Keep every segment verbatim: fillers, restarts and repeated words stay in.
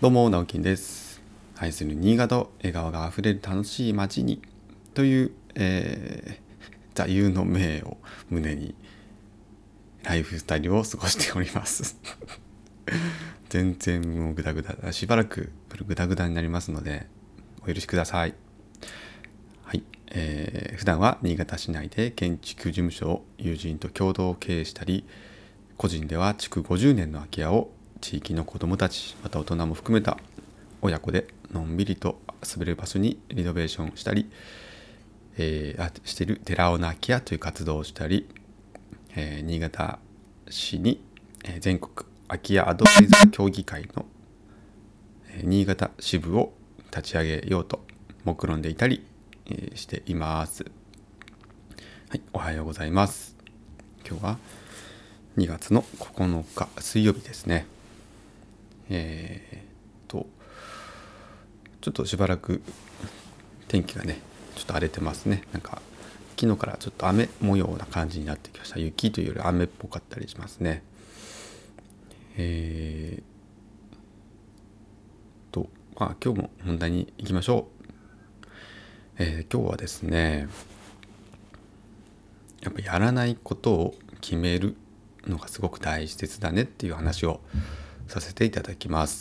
どうも直樹です。愛する新潟を笑顔があふれる楽しい街にという、えー、座右の銘を胸にライフスタイルを過ごしております全然もうグダグダしばらくグダグダになりますのでお許しください。はい、えー、普段は新潟市内で建築事務所を友人と共同経営したり、個人では築ごじゅうねんの空き家を地域の子どもたちまた大人も含めた親子でのんびりと遊べる場所にリノベーションしたり、えー、あしている寺尾の空き家という活動をしたり、えー、新潟市に、えー、全国空き家アドバイザー協議会の、えー、新潟支部を立ち上げようと目論んでいたり、えー、しています。はい、おはようございます。今日はにがつのここのか水曜日ですね。えー、とちょっとしばらく天気がねちょっと荒れてますね。なんか昨日からちょっと雨模様な感じになってきました。雪というより雨っぽかったりしますね。えー、とまあ今日も本題に行きましょう。えー、今日はですね、やっぱやらないことを決めるのがすごく大切だねっていう話をさせていただきます。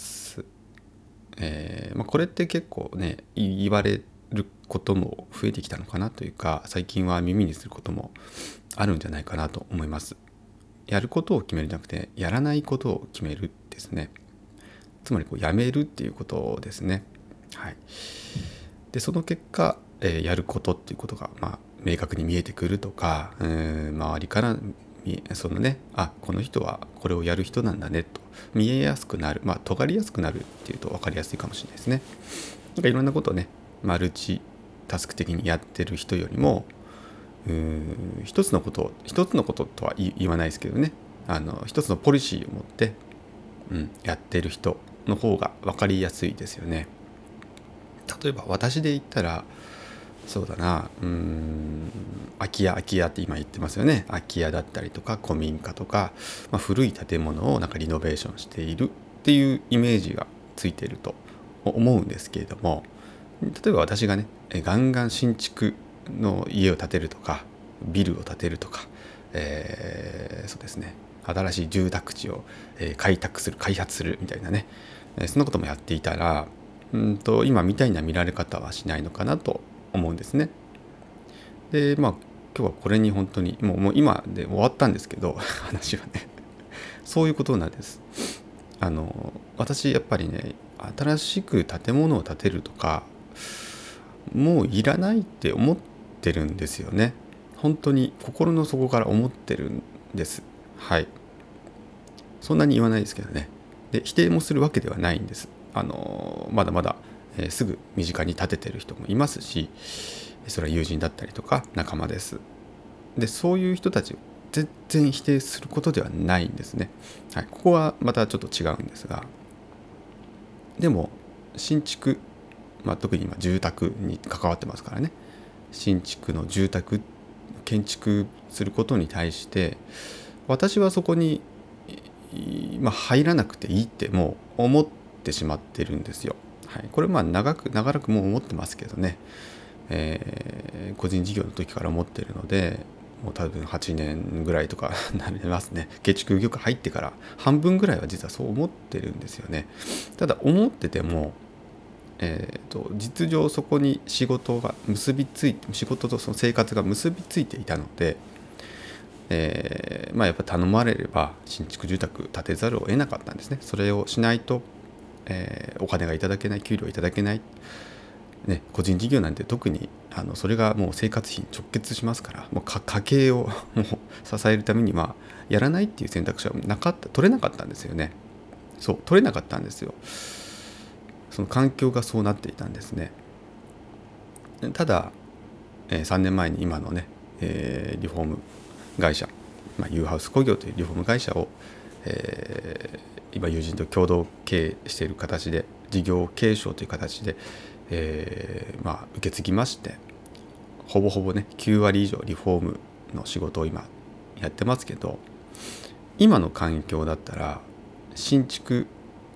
えーまあ、これって結構ね言われることも増えてきたのかなというか、最近は耳にすることもあるんじゃないかなと思います。やることを決めるんじゃなくてやらないことを決めるですね。つまりこうやめるっていうことですね。はい。でその結果、えーやることっていうことが、まあ、明確に見えてくるとか、うーん周りからそのね、あこの人はこれをやる人なんだねと見えやすくなる、まあ尖りやすくなるっていうと分かりやすいかもしれないですね。なんかいろんなことをねマルチタスク的にやってる人よりも、うーん一つのことを一つのこととは言わないですけどね、あの一つのポリシーを持って、うん、やってる人の方が分かりやすいですよね。例えば私で言ったらそうだな、うーん空き家空き家って今言ってますよね。空き家だったりとか古民家とか、まあ、古い建物をなんかリノベーションしているっていうイメージがついていると思うんですけれども、例えば私がねガンガン新築の家を建てるとかビルを建てるとか、えー、そうですね新しい住宅地を開拓する開発するみたいなね、そんなこともやっていたらうんと今みたいな見られ方はしないのかなと思うんですね。でまあ今日はこれに本当にもう、もう今で終わったんですけど話はねそういうことなんです。あの私やっぱりね新しく建物を建てるとかもういらないって思ってるんですよね。本当に心の底から思ってるんです。はい。そんなに言わないですけどね。で否定もするわけではないんです。あのまだまだ、えーすぐ身近に建ててる人もいますし、それは友人だったりとか仲間です。でそういう人たちを全然否定することではないんですね。はい、ここはまたちょっと違うんですが、でも新築、まあ、特に今住宅に関わってますからね、新築の住宅建築することに対して私はそこに、まあ、入らなくていいってもう思ってしまってるんですよ。はい、これまあ長く長らくもう思ってますけどね、えー個人事業の時から思ってるので、もう多分はちねんぐらいとかなりますね。建築業界入ってから半分ぐらいは実はそう思ってるんですよね。ただ思ってても、えーと実情そこに仕事が結びついて仕事とその生活が結びついていたので、えーまあ、やっぱ頼まれれば新築住宅建てざるを得なかったんですね。それをしないと、えーお金がいただけない、給料いただけない、ね、個人事業なんて特にあのそれがもう生活費に直結しますから、もうか家計をもう支えるためにはやらないっていう選択肢はなかった取れなかったんですよね。そう取れなかったんですよ。その環境がそうなっていたんですね。ただ、えーさんねんまえに今のね、えーリフォーム会社、まあ、ユーハウス工業というリフォーム会社を、えー今友人と共同経営している形で事業継承という形で、えーまあ、受け継ぎまして、ほぼほぼねきゅうわり以上リフォームの仕事を今やってますけど、今の環境だったら新築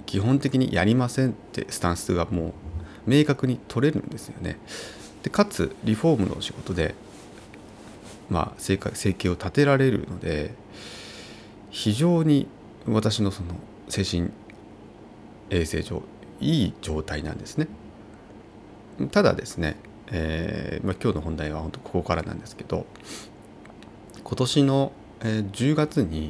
基本的にやりませんってスタンスがもう明確に取れるんですよね。でかつリフォームの仕事で、まあ、生活生計を立てられるので、非常に私のその精神衛生上いい状態なんですね。ただですね、えーまあ、今日の本題は本当ここからなんですけど、今年の、えーじゅうがつに、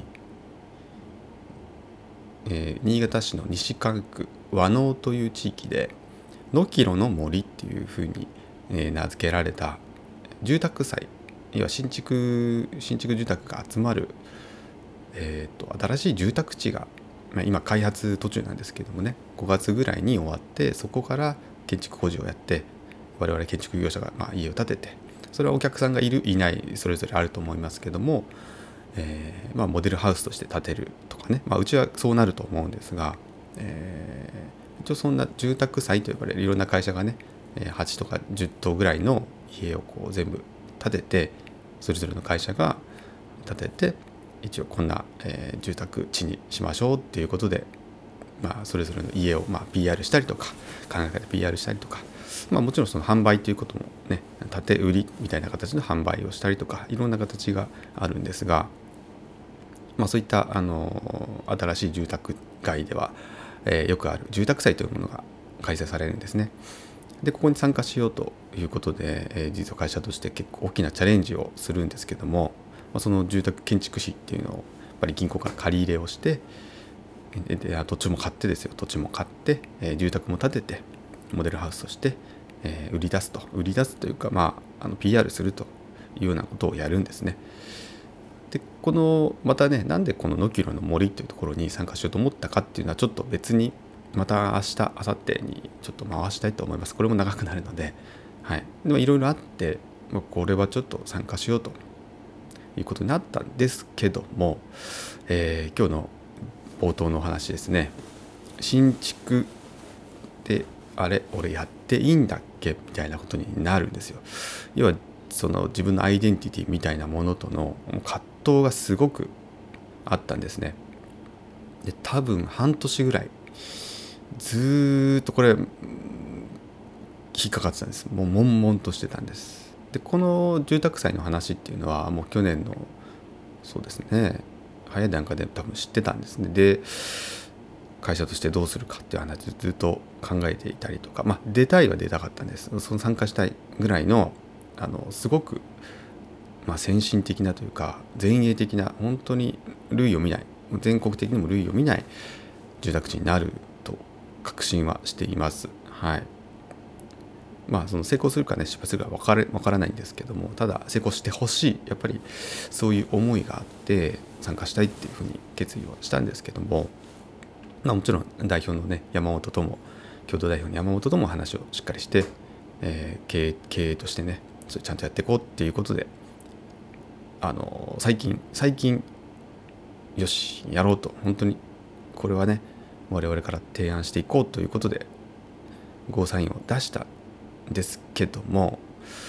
えー新潟市の西蒲区和納という地域で野キロの森っていうふうに、えー名付けられた住宅祭、要は新築新築住宅が集まる、えー、と新しい住宅地が、まあ、今開発途中なんですけどもね、ごがつぐらいに終わって、そこから建築工事をやって、我々建築業者がまあ家を建てて、それはお客さんがいるいないそれぞれあると思いますけども、えーまあ、モデルハウスとして建てるとかね、まあ、うちはそうなると思うんですが、えー、一応そんな住宅祭と呼ばれるいろんな会社がね、はちとかじゅっ棟ぐらいの家をこう全部建てて、それぞれの会社が建てて、一応こんな、えー住宅地にしましょうっていうことで、まあ、それぞれの家をまあ ピーアール したりとか、考え方で ピーアール したりとか、まあ、もちろんその販売ということもね、建て売りみたいな形の販売をしたりとか、いろんな形があるんですが、まあ、そういったあの新しい住宅街では、えーよくある住宅祭というものが開催されるんですね。でここに参加しようということで、えー実は会社として結構大きなチャレンジをするんですけども、まあ、その住宅建築士っていうのをやっぱり銀行から借り入れをして、でで土地も買ってですよ土地も買って、えー住宅も建ててモデルハウスとして、えー売り出すと売り出すというか、まあ、あの ピーアール するというようなことをやるんですね。でこのまたね、なんでこの野キロの森というところに参加しようと思ったかっていうのはちょっと別に、また明日明後日にちょっと回したいと思います。これも長くなるので、はい、でもいろいろあって、まあこれはちょっと参加しようということになったんですけども、えー今日の冒頭のお話ですね、新築であれ俺やっていいんだっけみたいなことになるんですよ。要はその自分のアイデンティティみたいなものとの葛藤がすごくあったんですね。で多分半年ぐらいずーっとこれ引っかかってたんです。もう悶々としてたんです。でこの住宅祭の話っていうのはもう去年のそうですね、早い段階で多分知ってたんですね。で会社としてどうするかっていう話をずっと考えていたりとか、まあ出たいは出たかったんです。その参加したいぐらいのあのすごく、まあ、先進的なというか前衛的な、本当に類を見ない、全国的にも類を見ない住宅地になると確信はしています。はい。まあその成功するかね失敗するか分かれ分からないんですけども、ただ成功してほしい、やっぱりそういう思いがあって参加したいっていうふうに決意をしたんですけども、まあ、もちろん代表のね山本とも共同代表の山本とも話をしっかりして、えー経営、経営としてねそれちゃんとやっていこうっていうことで、あの最近最近よしやろうと、本当にこれはね我々から提案していこうということでゴーサインを出したんですけども、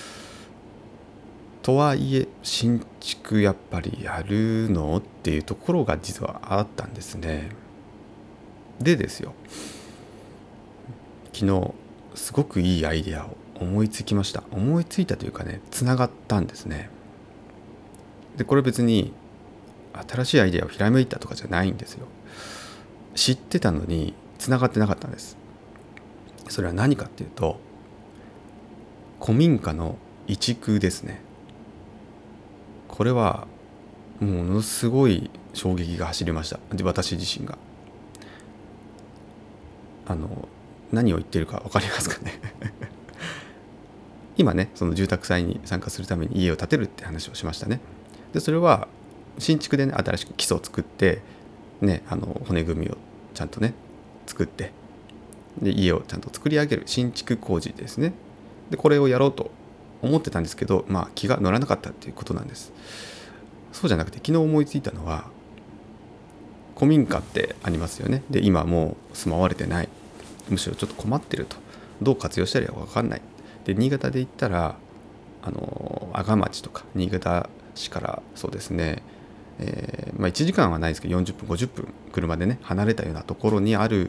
とはいえ新築やっぱりやるのっていうところが実はあったんですね。でですよ、昨日すごくいいアイデアを思いつきました。思いついたというかね、つながったんですね。でこれ別に新しいアイデアをひらめいたとかじゃないんですよ。知ってたのにつながってなかったんです。それは何かっていうと、古民家の移築ですね。これはものすごい衝撃が走りました。で私自身があの何を言ってるか分かりますかね今ねその住宅祭に参加するために家を建てるって話をしましたね。でそれは新築でね新しく基礎を作ってね、あの骨組みをちゃんとね作って、で家をちゃんと作り上げる新築工事ですね。でこれをやろうと思ってたんですけど、まあ気が乗らなかったっていうことなんです。そうじゃなくて昨日思いついたのは、古民家ってありますよね。で今もう住まわれてない、むしろちょっと困ってると、どう活用したらいいか分かんない。で新潟で言ったらあの阿賀町とか新潟市からそうですね、えーまあ、いちじかんはないですけどよんじゅっぷんごじゅっぷん車でね離れたようなところにある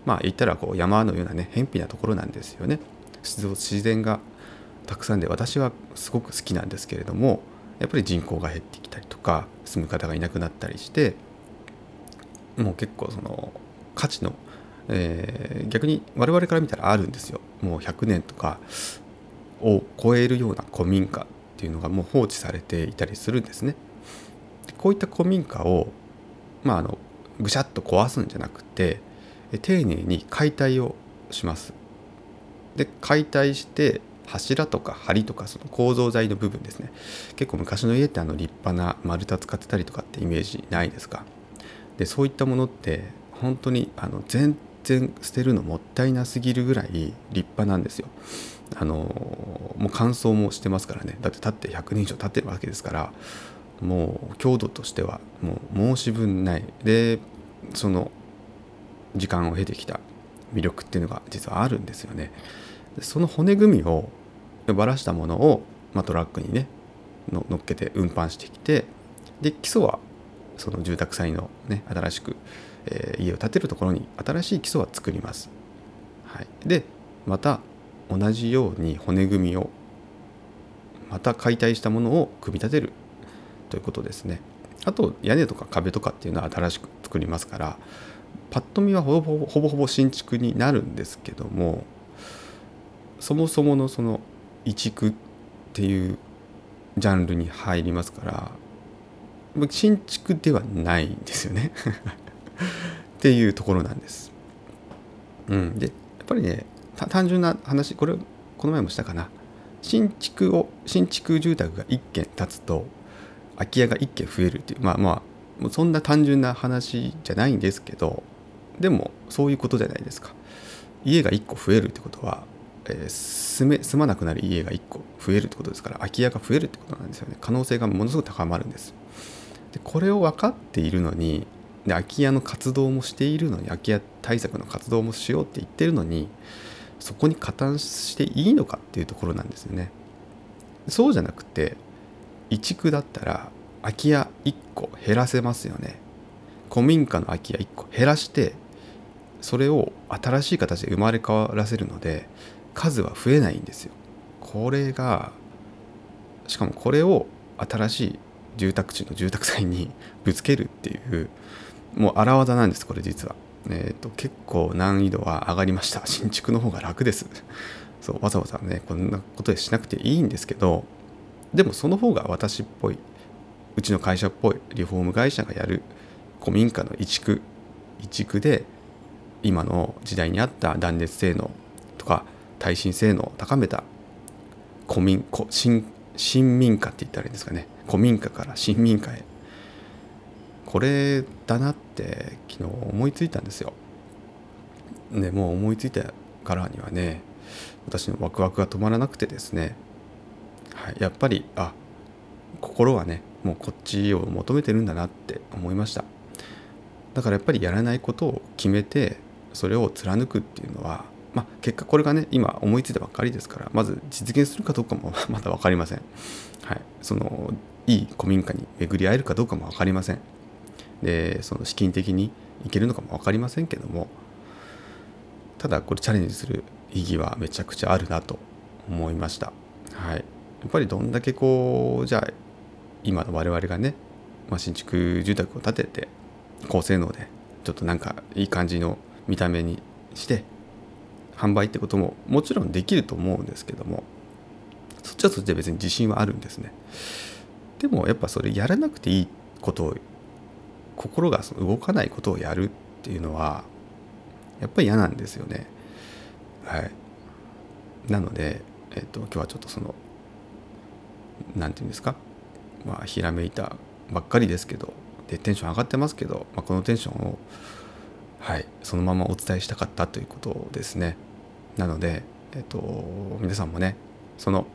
まあ言ったらこう山のようなね偏僻なところなんですよね。自自然がたくさんで私はすごく好きなんですけれども、やっぱり人口が減ってきたりとか住む方がいなくなったりして、もう結構その価値の、えー逆に我々から見たらあるんですよ。もうひゃくねんとかを超えるような古民家っていうのがもう放置されていたりするんですね。でこういった古民家をまああのぐしゃっと壊すんじゃなくて、え丁寧に解体をします。で解体して柱とか梁とかその構造材の部分ですね。結構昔の家ってあの立派な丸太使ってたりとかってイメージないですか。でそういったものって本当にあの全然捨てるのもったいなすぎるぐらい立派なんですよ。あのもう乾燥もしてますからね。だって立ってひゃくねん以上経ってるわけですから、もう強度としてはもう申し分ない。でその時間を経てきた魅力っていうのが実はあるんですよね。でその骨組みをばらしたものを、まあ、トラックにねの乗っけて運搬してきて、で基礎はその住宅債のね新しく、えー家を建てるところに新しい基礎は作ります。はい、でまた同じように骨組みをまた解体したものを組み立てるということですね。あと屋根とか壁とかっていうのは新しく作りますから、パッと見はほぼほぼほぼほぼ新築になるんですけども、そもそものその移築っていうジャンルに入りますから、新築ではないんですよねっていうところなんです。うん、でやっぱりね単純な話、これこの前もしたかな。新築を新築住宅がいっけん建つと空き家がいっけん増えるっていう、まあまあもうそんな単純な話じゃないんですけど、でもそういうことじゃないですか。家がいっこ増えるってことは、えー住め住まなくなる家がいっこ増えるってことですから、空き家が増えるってことなんですよね。可能性がものすごく高まるんです。でこれを分かっているのに、で空き家の活動もしているのに、空き家対策の活動もしようって言ってるのに、そこに加担していいのかっていうところなんですよね。そうじゃなくて、移築だったら空き家いっこ減らせますよね。古民家の空き家いっこ減らして、それを新しい形で生まれ変わらせるので数は増えないんですよ。これがしかもこれを新しい住宅地の住宅債にぶつけるっていうもう荒技なんです。これ実は、えー、と結構難易度は上がりました。新築の方が楽です。そうわざわざねこんなことでしなくていいんですけど、でもその方が私っぽい、うちの会社っぽいリフォーム会社がやる古民家の移築移築で今の時代に合った断熱性能とか耐震性能を高めた古民古新新民家って言ったらいいんですかね。古民家から新民家へ、これだなって昨日思いついたんですよ。でもう思いついたからにはね、私のワクワクが止まらなくてですね、はい、やっぱりあ心はねもうこっちを求めてるんだなって思いました。だからやっぱりやらないことを決めてそれを貫くっていうのは、まあ、結果これがね今思いついたばっかりですから、まず実現するかどうかもまだ分かりません。はい、そのいい古民家に巡り合えるかどうかも分かりません。でその資金的にいけるのかも分かりませんけども、ただこれチャレンジする意義はめちゃくちゃあるなと思いました。はい、やっぱりどんだけこうじゃあ今の我々がね、まあ、新築住宅を建てて高性能でちょっとなんかいい感じの見た目にして販売ってことももちろんできると思うんですけども、そっちはそっちで別に自信はあるんですね。でもやっぱそれやらなくていいことを、心がその動かないことをやるっていうのはやっぱり嫌なんですよね。はい。なので、えっと、今日はちょっとそのなんていうんですか、まあひらめいたばっかりですけど、でテンション上がってますけど、まあ、このテンションをはいそのままお伝えしたかったということですね。なので、えっと、皆さんもねその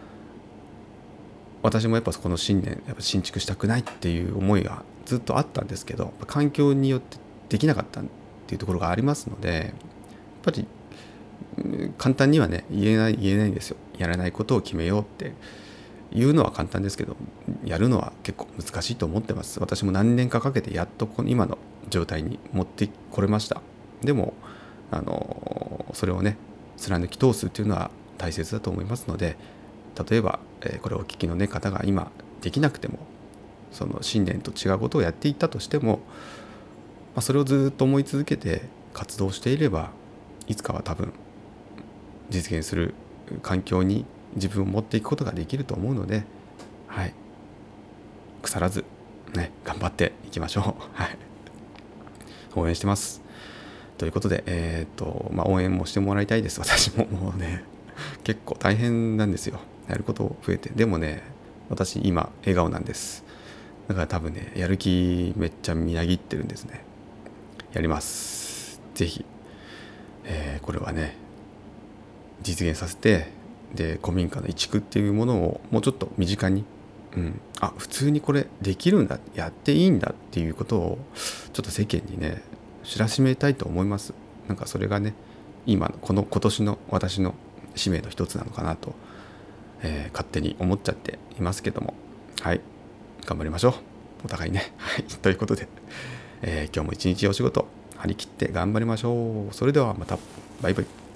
私もやっぱそこの信念やっぱ新築したくないっていう思いがずっとあったんですけど、環境によってできなかったっていうところがありますので、やっぱり簡単にはね言えない言えないんですよ。やらないことを決めようって言うのは簡単ですけど、やるのは結構難しいと思ってます。私も何年かかけてやっとこの今の状態に持ってこれました。でもあのそれをね貫き通すっていうのは大切だと思いますので、例えば、えーこれをお聞きの、ね、方が今できなくても、その信念と違うことをやっていったとしても、まあ、それをずっと思い続けて活動していれば、いつかは多分実現する環境に自分を持っていくことができると思うので、はい、腐らず、ね、頑張っていきましょう。はい、応援してます。ということで、えーとまあ、応援もしてもらいたいです。私ももうね結構大変なんですよ、やること増えて。でもね、私今笑顔なんです。だから多分ね、やる気めっちゃみなぎってるんですね。やります。ぜひ、えーこれはね実現させて、で古民家の移築っていうものをもうちょっと身近に、うん、あ普通にこれできるんだ、やっていいんだっていうことをちょっと世間にね知らしめたいと思います。なんかそれがね、今のこの今年の私の使命の一つなのかなと、えー勝手に思っちゃっていますけども、はい、頑張りましょう、お互いね。はい、ということで、えー今日も一日お仕事張り切って頑張りましょう。それではまた。バイバイ。